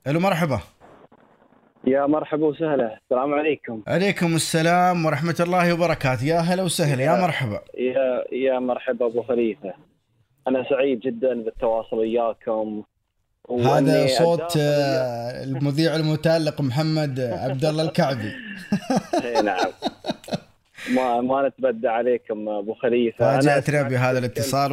الو، مرحبا. يا مرحبا وسهلا، السلام عليكم. عليكم السلام ورحمة الله وبركاته. يا هلا وسهلا، يا يا مرحبا. يا مرحبا ابو خليفه. انا سعيد جدا بالتواصل وياكم، هذا واني صوت اتداخل وياكم. المذيع المتألق محمد عبد الله الكعبي. اي نعم. ما نتبدى عليكم ابو خليفه. انا فاجأتنا سمعت بهذا تتكلم. الاتصال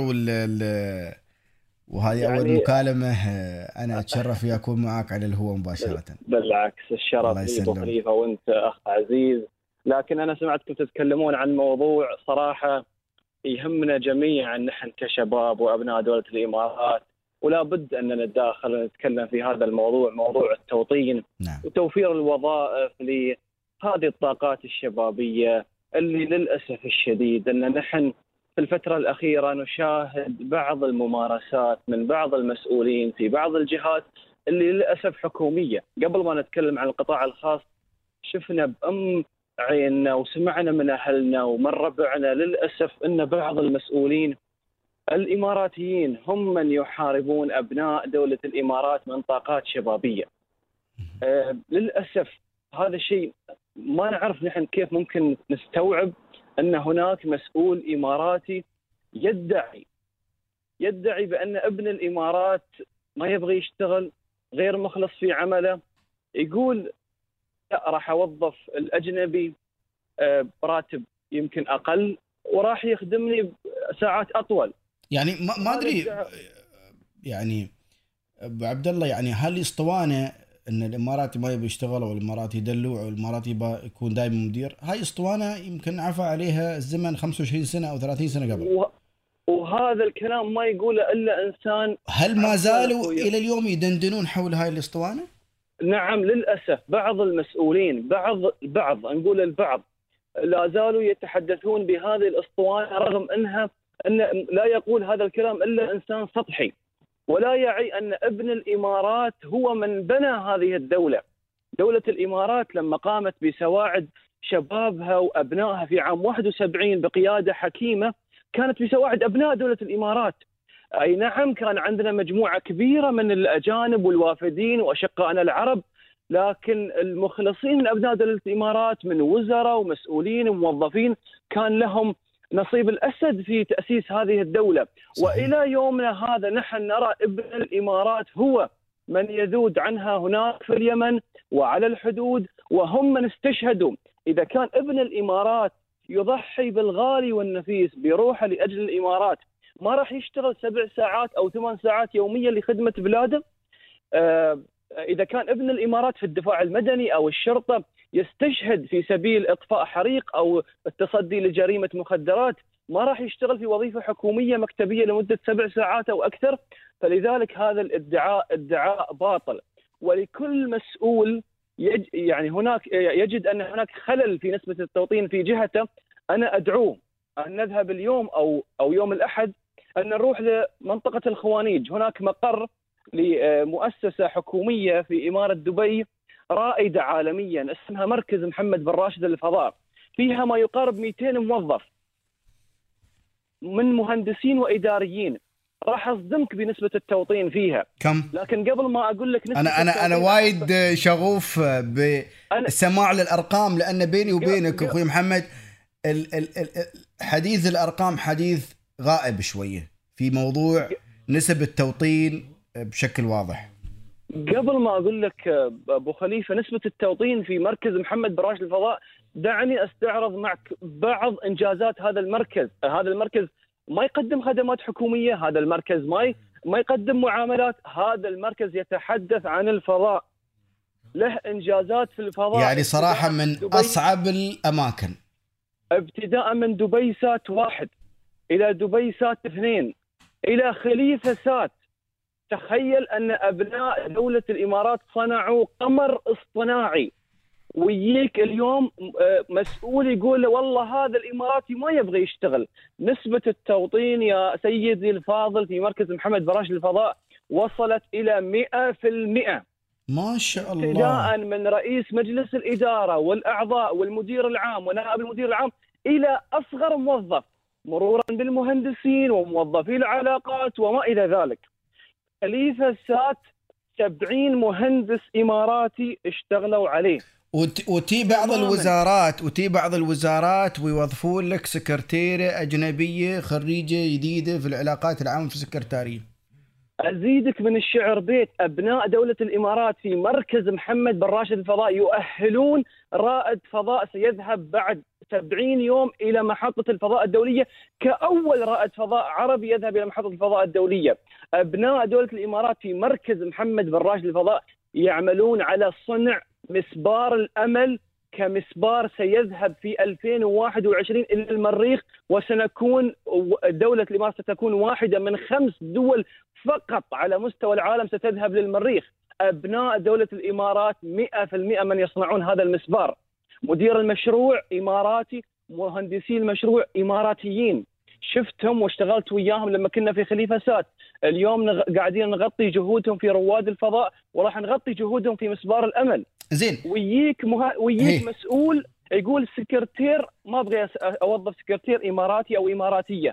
وهذه أول يعني مكالمة. أنا أتشرف في أكون معك على الهواء مباشرة. بالعكس، الله الشرف لي ابو يسلم. خليفه، وانت اخ عزيز. لكن انا سمعتكم تتكلمون عن موضوع صراحه يهمنا جميعا، نحن كشباب وابناء دوله الامارات، ولا بد ان نتداخل ونتكلم في هذا الموضوع، موضوع التوطين نعم. وتوفير الوظائف لهذه الطاقات الشبابيه، اللي للاسف الشديد ان نحن في الفتره الاخيره نشاهد بعض الممارسات من بعض المسؤولين في بعض الجهات اللي للاسف حكوميه. قبل ما نتكلم عن القطاع الخاص، شفنا بأم عيننا وسمعنا من أهلنا ومن ربعنا للأسف أن بعض المسؤولين الإماراتيين هم من يحاربون أبناء دولة الإمارات من طاقات شبابية. للأسف هذا الشيء ما نعرف نحن كيف ممكن نستوعب أن هناك مسؤول إماراتي يدعي بأن ابن الإمارات ما يبغى يشتغل، غير مخلص في عمله، يقول لا راح اوظف الاجنبي براتب يمكن اقل وراح يخدمني ساعات اطول. يعني ما هذا أدري. يعني أبو عبد الله، يعني هل اسطوانة ان الاماراتي ما يبي يشتغل، او الاماراتي يدلع، او الاماراتي يبغى يكون دائما مدير؟ هاي اسطوانة يمكن عفى عليها الزمن 25 سنة او 30 سنة قبل. وهذا الكلام ما يقوله الا انسان. هل ما عفوا زالوا اخوي. الى اليوم يدندنون حول هاي الاسطوانة؟ نعم للاسف بعض المسؤولين، بعض نقول البعض، لا زالوا يتحدثون بهذه الاسطوانه، رغم ان لا يقول هذا الكلام الا انسان سطحي، ولا يعي أن ابن الإمارات هو من بنى هذه الدولة. دولة الإمارات لما قامت بسواعد شبابها وأبنائها في عام 71 بقيادة حكيمة، كانت بسواعد أبناء دولة الإمارات. أي نعم، كان عندنا مجموعة كبيرة من الأجانب والوافدين وأشقائنا العرب، لكن المخلصين من أبناء دولة الإمارات من وزراء ومسؤولين وموظفين كان لهم نصيب الأسد في تأسيس هذه الدولة. صحيح. وإلى يومنا هذا نحن نرى ابن الإمارات هو من يذود عنها هناك في اليمن وعلى الحدود، وهم من استشهدوا. إذا كان ابن الإمارات يضحي بالغالي والنفيس بروحه لأجل الإمارات، ما راح يشتغل 7 ساعات أو 8 ساعات يوميا لخدمة بلاده؟ إذا كان ابن الإمارات في الدفاع المدني أو الشرطة يستشهد في سبيل إطفاء حريق أو التصدي لجريمة مخدرات، ما راح يشتغل في وظيفة حكومية مكتبية لمدة 7 ساعات أو أكثر. فلذلك هذا الادعاء ادعاء باطل. ولكل مسؤول يعني هناك يجد أن هناك خلل في نسبة التوطين في جهته، أنا أدعوه أن نذهب اليوم أو يوم الأحد أن نروح لمنطقة الخوانيج. هناك مقر لمؤسسة حكومية في إمارة دبي رائدة عالميا، اسمها مركز محمد بن راشد للفضاء. فيها ما يقارب 200 موظف من مهندسين وإداريين. راح أصدمك بنسبة التوطين فيها. كم؟ لكن قبل ما أقول لك نسبة انا التوطين، وايد شغوف بالسماع للارقام، لان بيني وبينك اخوي محمد حديث الارقام حديث غائب شويه في موضوع نسب التوطين بشكل واضح. قبل ما أقول لك أبو خليفة نسبة التوطين في مركز محمد بن راشد للفضاء، دعني أستعرض معك بعض إنجازات هذا المركز. هذا المركز ما يقدم خدمات حكومية، هذا المركز ما يقدم معاملات، هذا المركز يتحدث عن الفضاء، له إنجازات في الفضاء. يعني صراحة من أصعب الأماكن، ابتداء من دبي سات 1 إلى دبي سات 2 إلى خليفة سات. تخيل أن أبناء دولة الإمارات صنعوا قمر اصطناعي، ويجيك اليوم مسؤول يقول له والله هذا الإماراتي ما يبغى يشتغل. نسبة التوطين يا سيدي الفاضل في مركز محمد بن راشد للفضاء وصلت إلى 100%، ما شاء الله، ابتداء من رئيس مجلس الإدارة والأعضاء والمدير العام ونائب المدير العام إلى أصغر موظف، مرورا بالمهندسين وموظفي العلاقات وما إلى ذلك. خليفة سات 70 مهندس إماراتي اشتغلوا عليه. وتي بعض الوزارات ويوظفون لك سكرتيرة أجنبية خريجة جديدة في العلاقات العامة في السكرتارية. أزيدك من الشعر بيت، أبناء دولة الإمارات في مركز محمد بن راشد الفضاء يؤهلون رائد فضاء سيذهب بعد 70 يوم إلى محطة الفضاء الدولية كأول رائد فضاء عربي يذهب إلى محطة الفضاء الدولية. أبناء دولة الإمارات في مركز محمد بن راشد الفضاء يعملون على صنع مسبار الأمل كمسبار سيذهب في 2021 إلى المريخ، وسنكون دولة الإمارات ستكون واحدة من 5 دول فقط على مستوى العالم ستذهب للمريخ. أبناء دولة الإمارات 100% من يصنعون هذا المسبار. مدير المشروع إماراتي، مهندسي المشروع إماراتيين، شفتهم واشتغلت وياهم لما كنا في خليفة سات. اليوم قاعدين نغطي جهودهم في رواد الفضاء، وراح نغطي جهودهم في مسبار الأمل. زين. ويجيك مسؤول يقول سكرتير، ما أبغى أوظف سكرتير إماراتي أو إماراتية.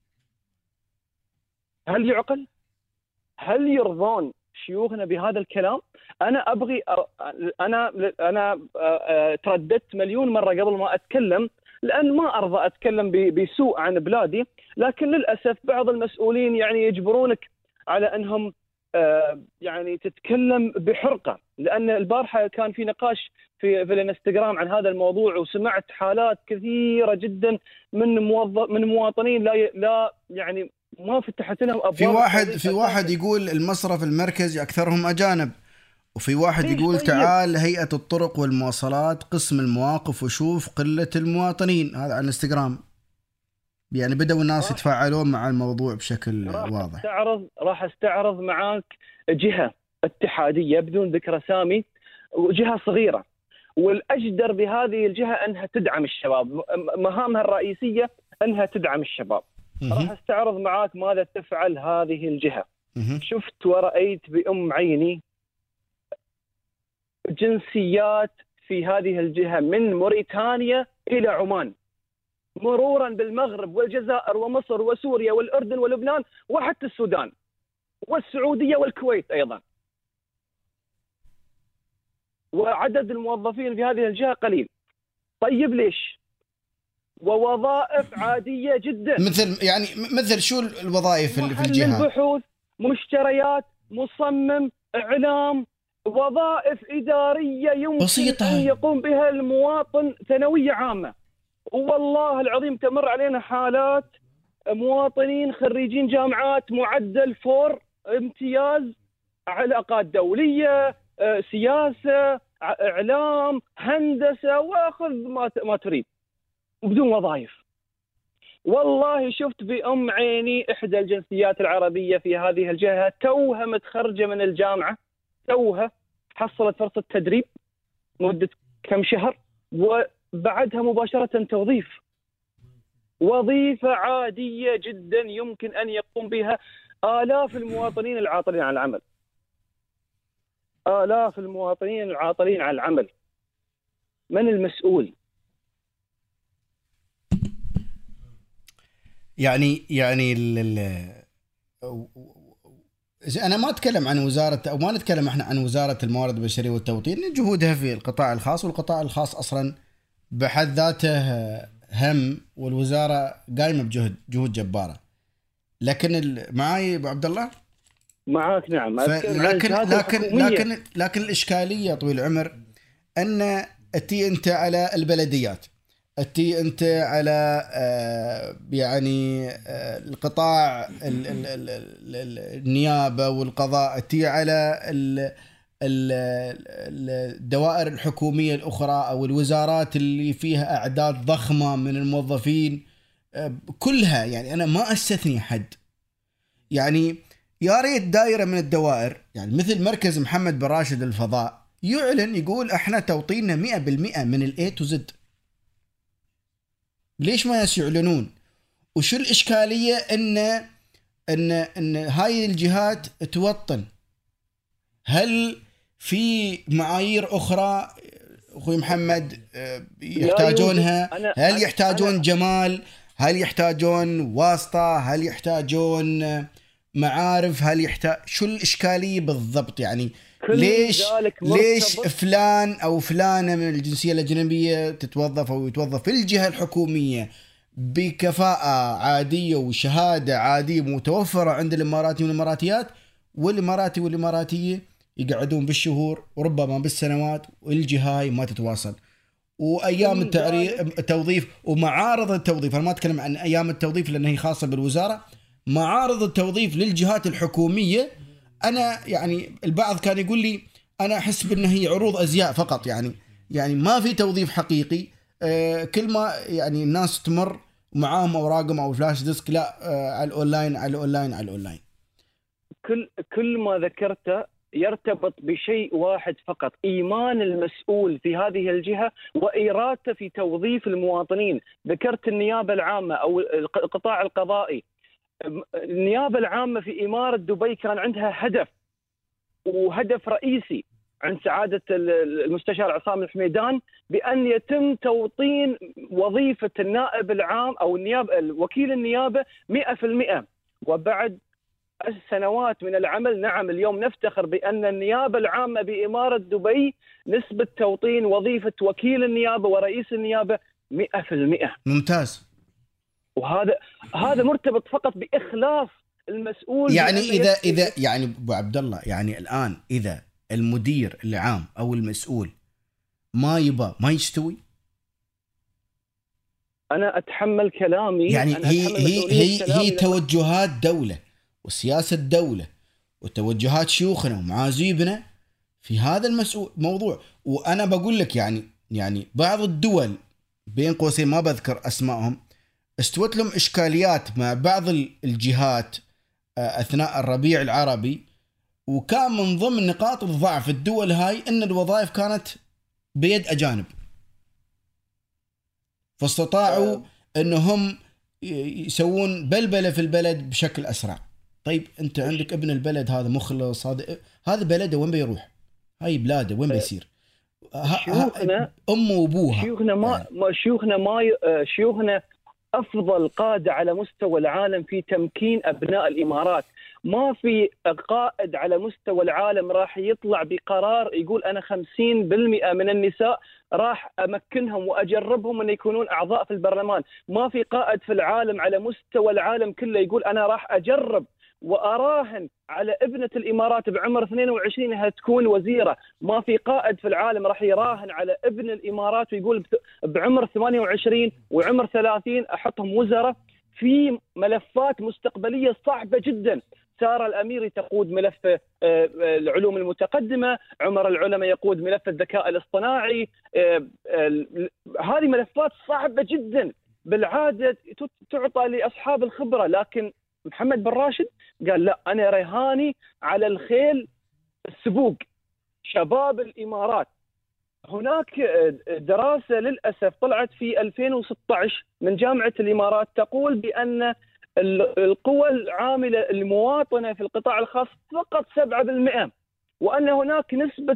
هل يعقل؟ هل يرضون شيوخنا بهذا الكلام؟ أنا ترددت مليون مرة قبل ما أتكلم، لأن ما أرضى أتكلم بسوء عن بلادي، لكن للأسف بعض المسؤولين يعني يجبرونك على أنهم يعني تتكلم بحرقة. لأن البارحة كان في نقاش في الانستغرام عن هذا الموضوع، وسمعت حالات كثيرة جدا من مواطنين لا يعني ما فتحت لهم أبواب. في واحد يقول المصرف المركزي أكثرهم أجانب، وفي واحد يقول طيب. تعال هيئة الطرق والمواصلات قسم المواقف وشوف قلة المواطنين. هذا على الانستغرام، يعني بدأوا الناس يتفاعلون مع الموضوع بشكل واضح. راح استعرض معاك جهة اتحادية بدون ذكر اسامي، وجهة صغيرة، والأجدر بهذه الجهة أنها تدعم الشباب، مهامها الرئيسية أنها تدعم الشباب. راح استعرض معاك ماذا تفعل هذه الجهة. شفت ورأيت بأم عيني جنسيات في هذه الجهة من موريتانيا إلى عمان، مرورا بالمغرب والجزائر ومصر وسوريا والأردن ولبنان وحتى السودان والسعودية والكويت أيضا. وعدد الموظفين في هذه الجهة قليل. طيب ليش؟ ووظائف عادية جدا، مثل شو الوظائف اللي في الجهة؟ بحوث، مشتريات، مصمم، إعلام، وظائف إدارية يمكن بسيطة أن يقوم بها المواطن ثانوية عامة. والله العظيم تمر علينا حالات مواطنين خريجين جامعات معدل 4 امتياز، علاقات دولية، سياسة، إعلام، هندسة، وأخذ ما تريد بدون وظائف. والله شفت بأم عيني إحدى الجنسيات العربية في هذه الجهة توها متخرجة من الجامعة، توها حصلت فرصة تدريب مدة كم شهر، وبعدها مباشرة توظيف. وظيفة عادية جدا يمكن أن يقوم بها آلاف المواطنين العاطلين عن العمل. آلاف المواطنين العاطلين عن العمل. من المسؤول؟ أنا ما أتكلم عن وزارة، أو ما نتكلم إحنا عن وزارة الموارد البشرية والتوطين، جهودها في القطاع الخاص، والقطاع الخاص أصلا بحد ذاته هم، والوزارة قايمة جهود جبارة. لكن معاي أبو عبد الله؟ معاك نعم. لكن الإشكالية طويل العمر أن أتي أنت على البلديات، أتي أنت على يعني القطاع النيابة والقضاء، أتي على الدوائر الحكومية الأخرى أو الوزارات اللي فيها أعداد ضخمة من الموظفين كلها. يعني أنا ما أستثني حد. يعني يا ريت دائرة من الدوائر، يعني مثل مركز محمد بن راشد الفضاء، يعلن يقول احنا توطيننا 100% من الA to Z. ليش ما يعلنون؟ وشو الإشكالية إن هاي الجهات توطن؟ هل في معايير أخرى أخوي محمد يحتاجونها؟ هل يحتاجون جمال؟ هل يحتاجون واسطة؟ هل يحتاجون معارف، هل يحتاج، شو الإشكالية بالضبط يعني؟ كل ذلك ليش مرتبط. فلان أو فلانة من الجنسية الأجنبية تتوظف أو يتوظف في الجهة الحكومية بكفاءة عادية وشهادة عادية متوفرة عند الإماراتي والإماراتيات، والإماراتي والإماراتية يقعدون بالشهور وربما بالسنوات، والجهة هاي ما تتواصل، وايام التوظيف ومعارض التوظيف. انا ما اتكلم عن ايام التوظيف لان هي خاصه بالوزاره، معارض التوظيف للجهات الحكوميه. انا يعني البعض كان يقول لي انا احس بان هي عروض ازياء فقط، يعني ما في توظيف حقيقي. كل ما يعني الناس تمر معاهم اوراقهم او فلاش ديسك، لا على الاونلاين على الاونلاين على الاونلاين. كل ما ذكرته يرتبط بشيء واحد فقط: إيمان المسؤول في هذه الجهة وإرادته في توظيف المواطنين. ذكرت النيابة العامة أو القطاع القضائي. النيابة العامة في إمارة دبي كان عندها هدف، وهدف رئيسي عند سعادة المستشار عصام الحميدان، بأن يتم توطين وظيفة النائب العام أو وكيل النيابة 100%. وبعد سنوات من العمل، نعم، اليوم نفتخر بأن النيابة العامة بإمارة دبي نسبة توطين وظيفة وكيل النيابة ورئيس النيابة 100%. ممتاز. وهذا مرتبط فقط بإخلاص المسؤول. يعني إذا يعني أبو عبد الله، يعني الآن إذا المدير العام أو المسؤول ما يبى ما يستوي، أنا أتحمل كلامي. يعني أنا هي توجهات دولة وسياسة دولة وتوجهات شيوخنا ومعازيبنا في هذا موضوع. وأنا بقول لك يعني بعض الدول بين قوسين ما بذكر أسمائهم استوت لهم إشكاليات مع بعض الجهات أثناء الربيع العربي، وكان من ضمن نقاط الضعف الدول هاي أن الوظائف كانت بيد أجانب، فاستطاعوا أنهم يسوون بلبلة في البلد بشكل أسرع. طيب أنت عندك ابن البلد هذا مخلص، هذا بلده وين بيروح؟ هاي بلاده وين بيصير؟ أمه وأبوها. شيوخنا أفضل قادة على مستوى العالم في تمكين أبناء الإمارات. ما في قائد على مستوى العالم راح يطلع بقرار يقول أنا 50% من النساء راح أمكنهم وأجربهم أن يكونون أعضاء في البرلمان. ما في قائد في العالم على مستوى العالم كله يقول أنا راح أجرب وأراهن على ابنة الإمارات بعمر 22 انها تكون وزيرة. ما في قائد في العالم راح يراهن على ابن الإمارات ويقول بعمر 28 وعمر 30 أحطهم وزراء في ملفات مستقبلية صعبة جدا. سارة الأميري تقود ملف العلوم المتقدمة، عمر العلماء يقود ملف الذكاء الاصطناعي. هذه ملفات صعبة جدا بالعادة تعطى لأصحاب الخبرة، لكن محمد بن راشد قال لا، أنا رهاني على الخيل السبوق شباب الإمارات. هناك دراسة للأسف طلعت في 2016 من جامعة الإمارات تقول بأن القوى العاملة المواطنة في القطاع الخاص فقط 7%، وأن هناك نسبة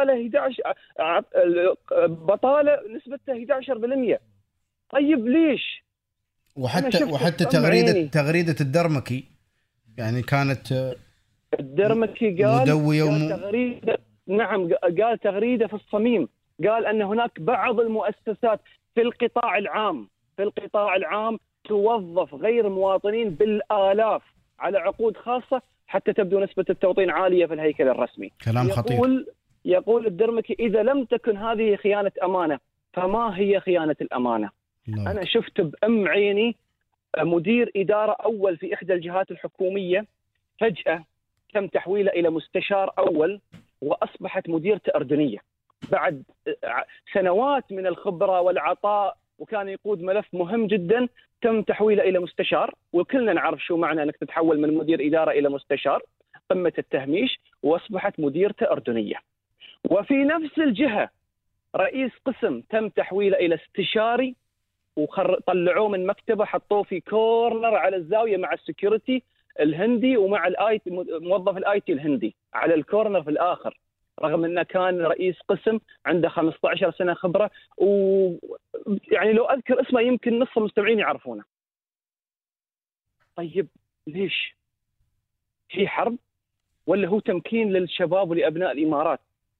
بطالة نسبتها 11%. طيب ليش؟ وحتى تغريدة الدرمكي يعني كانت الدرمكي قال مدوية تغريدة. نعم، قال تغريدة في الصميم. قال أن هناك بعض المؤسسات في القطاع العام توظف غير مواطنين بالآلاف على عقود خاصة حتى تبدو نسبة التوطين عالية في الهيكل الرسمي. كلام خطير. يقول الدرمكي إذا لم تكن هذه خيانة أمانة فما هي خيانة الأمانة؟ الله. أنا شفت بأم عيني مدير إدارة أول في إحدى الجهات الحكومية فجأة تم تحويله إلى مستشار أول وأصبحت مديرته أردنية بعد سنوات من الخبرة والعطاء، وكان يقود ملف مهم جدا. تم تحويله إلى مستشار، وكلنا نعرف شو معنى أنك تتحول من مدير إدارة إلى مستشار، قمة التهميش، وأصبحت مديرته أردنية. وفي نفس الجهة رئيس قسم تم تحويله إلى استشاري، وطلعوه من مكتبه حطوه في كورنر على الزاوية مع السكيورتي الهندي ومع موظف الاي تي الهندي على الكورنر في الآخر، رغم أنه كان رئيس قسم عنده 15 سنة خبرة. ويعني لو أذكر اسمه يمكن نصف المستمعين يعرفونه. طيب ليش؟ في حرب ولا هو تمكين للشباب ولأبناء الإمارات؟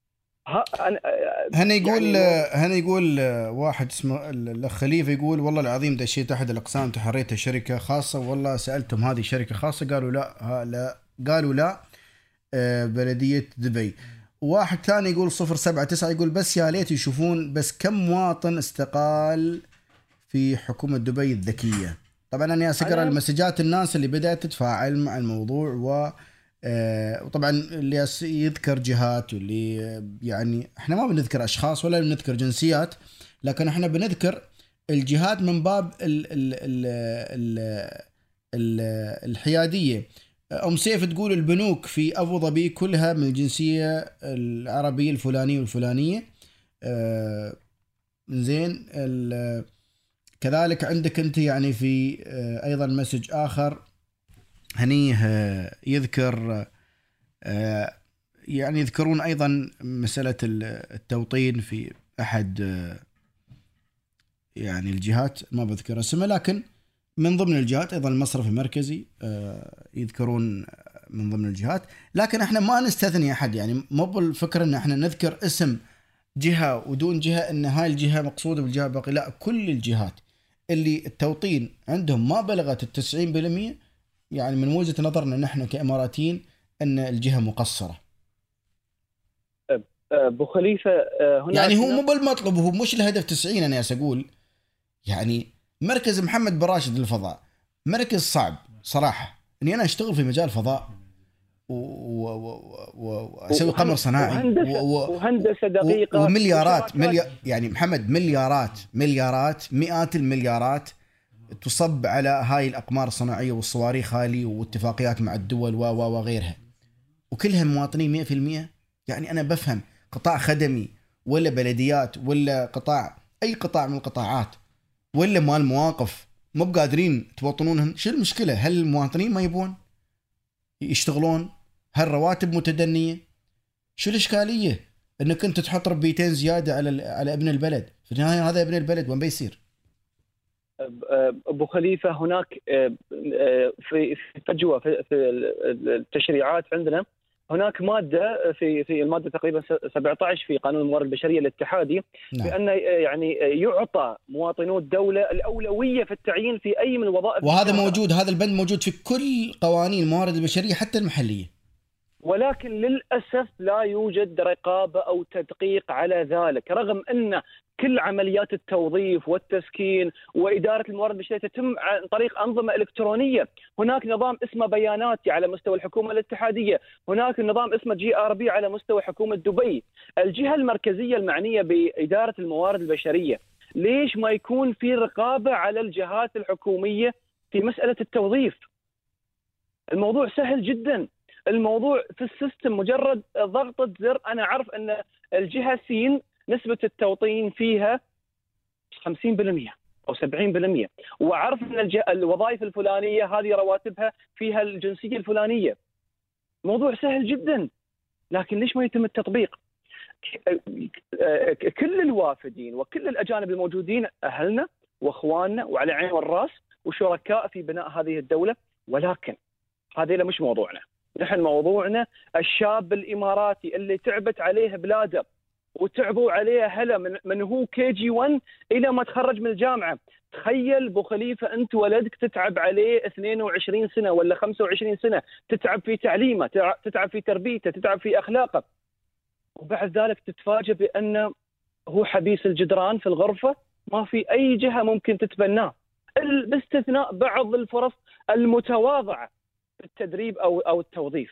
هنا يقول واحد اسمه الأخ خليفة يقول والله العظيم دشيت أحد الأقسام تحريتها شركة خاصة، والله سألتهم هذه شركة خاصة قالوا لا قالوا لا بلدية دبي. واحد ثاني يقول 079 يقول بس يا ليت يشوفون بس كم مواطن استقال في حكومة دبي الذكية. طبعا أنا أقرأ المسجات الناس اللي بدأت تتفاعل مع الموضوع وطبعا اللي يذكر جهات واللي يعني احنا ما بنذكر أشخاص ولا بنذكر جنسيات، لكن احنا بنذكر الجهات من باب الحيادية. أم سيف تقول البنوك في أبو ظبي كلها من الجنسية العربية الفلانية والفلانية. زين. كذلك عندك أنت يعني في أيضا مسج آخر هنيه يذكر يعني يذكرون أيضا مسألة التوطين في أحد يعني الجهات ما بذكر اسمها، لكن من ضمن الجهات أيضا المصرف المركزي يذكرون من ضمن الجهات. لكن احنا ما نستثني أحد، يعني مو بالفكرة ان احنا نذكر اسم جهة ودون جهة ان هاي الجهة مقصودة بالجهة باقي، لا، كل الجهات اللي التوطين عندهم ما بلغت 90% يعني من وجهة نظرنا نحن كإماراتيين ان الجهة مقصرة. أبو خليفة يعني هو مو بالمطلب، هو مش الهدف 90. أنا أقول يعني مركز محمد بن راشد للفضاء مركز صعب صراحة إني أنا أشتغل في مجال فضاء وأسوي قمر صناعي وهندسة دقيقة ومليارات يعني محمد مليارات مئات المليارات تصب على هاي الأقمار الصناعية والصواريخ هالي واتفاقيات مع الدول وغيرها، وكلها مواطنين 100%. يعني أنا بفهم قطاع خدمي ولا بلديات ولا أي قطاع من القطاعات ولا مال مواقف مو بقادرين توطنونهم، شو المشكلة؟ هل المواطنين ما يبون يشتغلون؟ هل رواتب متدنية؟ شو الإشكالية إنك أنت تحط ربيتين زيادة على ابن البلد؟ في النهاية هذا ابن البلد وين بيصير؟ أبو خليفة هناك في فجوة في التشريعات عندنا. هناك مادة في المادة تقريبا 17 في قانون الموارد البشرية الاتحادي بأن يعني يعطى مواطنو الدولة الأولوية في التعيين في أي من الوظائف، وهذا موجود، هذا البند موجود في كل قوانين الموارد البشرية حتى المحلية، ولكن للأسف لا يوجد رقابة أو تدقيق على ذلك، رغم أن كل عمليات التوظيف والتسكين وإدارة الموارد البشرية تتم عن طريق أنظمة إلكترونية. هناك نظام اسمه بياناتي على مستوى الحكومة الاتحادية، هناك نظام اسمه GRB على مستوى حكومة دبي. الجهة المركزية المعنية بإدارة الموارد البشرية ليش ما يكون في رقابة على الجهات الحكومية في مسألة التوظيف؟ الموضوع سهل جدا، الموضوع في السيستم مجرد ضغطة زر. أنا أعرف أن الجهة سين نسبة التوطين فيها 50% أو 70%، وأعرف أن الوظائف الفلانية هذه رواتبها فيها الجنسية الفلانية. موضوع سهل جدا، لكن ليش ما يتم التطبيق؟ كل الوافدين وكل الأجانب الموجودين أهلنا وأخواننا وعلى عين والرأس وشركاء في بناء هذه الدولة، ولكن هذا مش موضوعنا. نحن موضوعنا الشاب الإماراتي اللي تعبت عليه بلاده وتعبوا عليه هلا من هو KG1 إلى ما تخرج من الجامعة. تخيل أبو خليفة أنت ولدك تتعب عليه 22 سنة ولا 25 سنة، تتعب في تعليمه، تتعب في تربيته، تتعب في أخلاقه، وبعد ذلك تتفاجأ بأنه هو حبيس الجدران في الغرفة، ما في أي جهة ممكن تتبناه باستثناء بعض الفرص المتواضعة في التدريب أو التوظيف.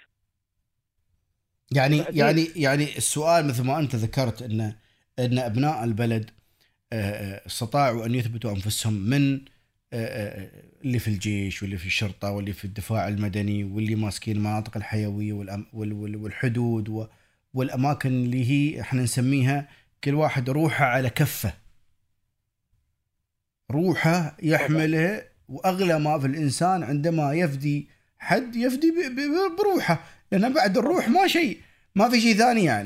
يعني السؤال مثل ما أنت ذكرت أن أبناء البلد استطاعوا أن يثبتوا أنفسهم من اللي في الجيش واللي في الشرطة واللي في الدفاع المدني واللي ماسكين المناطق الحيوية والحدود والأماكن اللي هي احنا نسميها كل واحد روحه على كفه، روحه يحمله، وأغلى ما في الإنسان عندما يفدي حد يفدي بروحه، لأن بعد الروح ما في شيء ثاني يعني.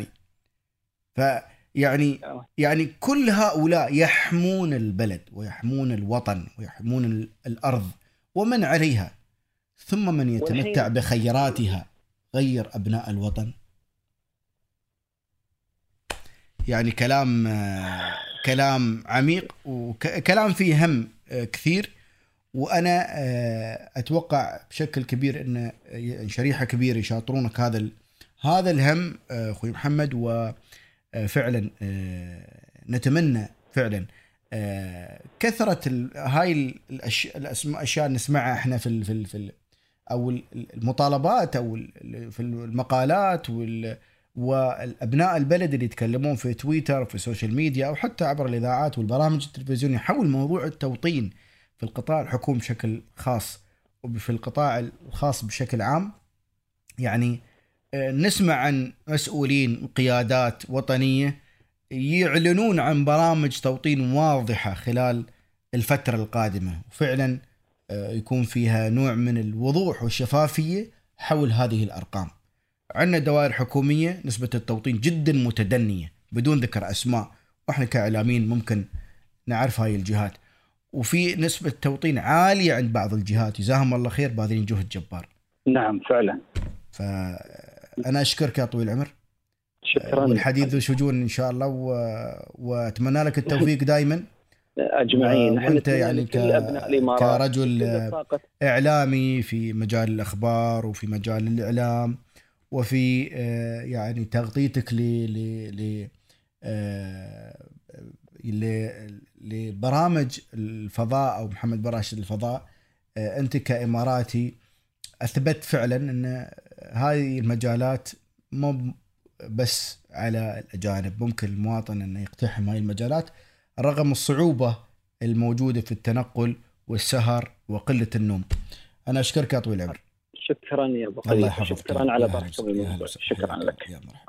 يعني كل هؤلاء يحمون البلد ويحمون الوطن ويحمون الأرض ومن عليها، ثم من يتمتع بخيراتها غير أبناء الوطن. يعني كلام عميق وكلام فيه هم كثير. وأنا أتوقع بشكل كبير أن شريحة كبيرة يشاطرونك هذا الهم أخوي محمد. وفعلا نتمنى فعلا كثرة هاي الأشياء نسمعها احنا في أو المطالبات أو في المقالات والأبناء البلد اللي يتكلمون في تويتر وفي السوشيال ميديا أو حتى عبر الإذاعات والبرامج التلفزيونية حول موضوع التوطين في القطاع الحكومي بشكل خاص وفي القطاع الخاص بشكل عام. يعني نسمع عن مسؤولين وقيادات وطنية يعلنون عن برامج توطين واضحة خلال الفترة القادمة، وفعلا يكون فيها نوع من الوضوح والشفافية حول هذه الأرقام. عندنا دوائر حكومية نسبة التوطين جدا متدنية بدون ذكر أسماء، وإحنا كإعلاميين ممكن نعرف هاي الجهات، وفي نسبة توطين عالية عند بعض الجهات جزاهم الله خير باذلين جهد جبار. نعم فعلا. فأنا أشكرك يا طويل العمر. شكرا. والحديث ذو شجون إن شاء الله، وأتمنى لك التوفيق دائما أجمعين. وأنت يعني كرجل إعلامي في مجال الأخبار وفي مجال الإعلام وفي يعني تغطيتك لبرامج الفضاء أو محمد براشد الفضاء، أنت كإماراتي أثبت فعلا أن هذه المجالات مو بس على الأجانب، ممكن المواطن أنه يقتحم هذه المجالات رغم الصعوبة الموجودة في التنقل والسهر وقلة النوم. أنا أشكرك يا طويل العمر. شكرا يا أبو خليل. شكرا على ضبطكم الموضوع. شكرا لك.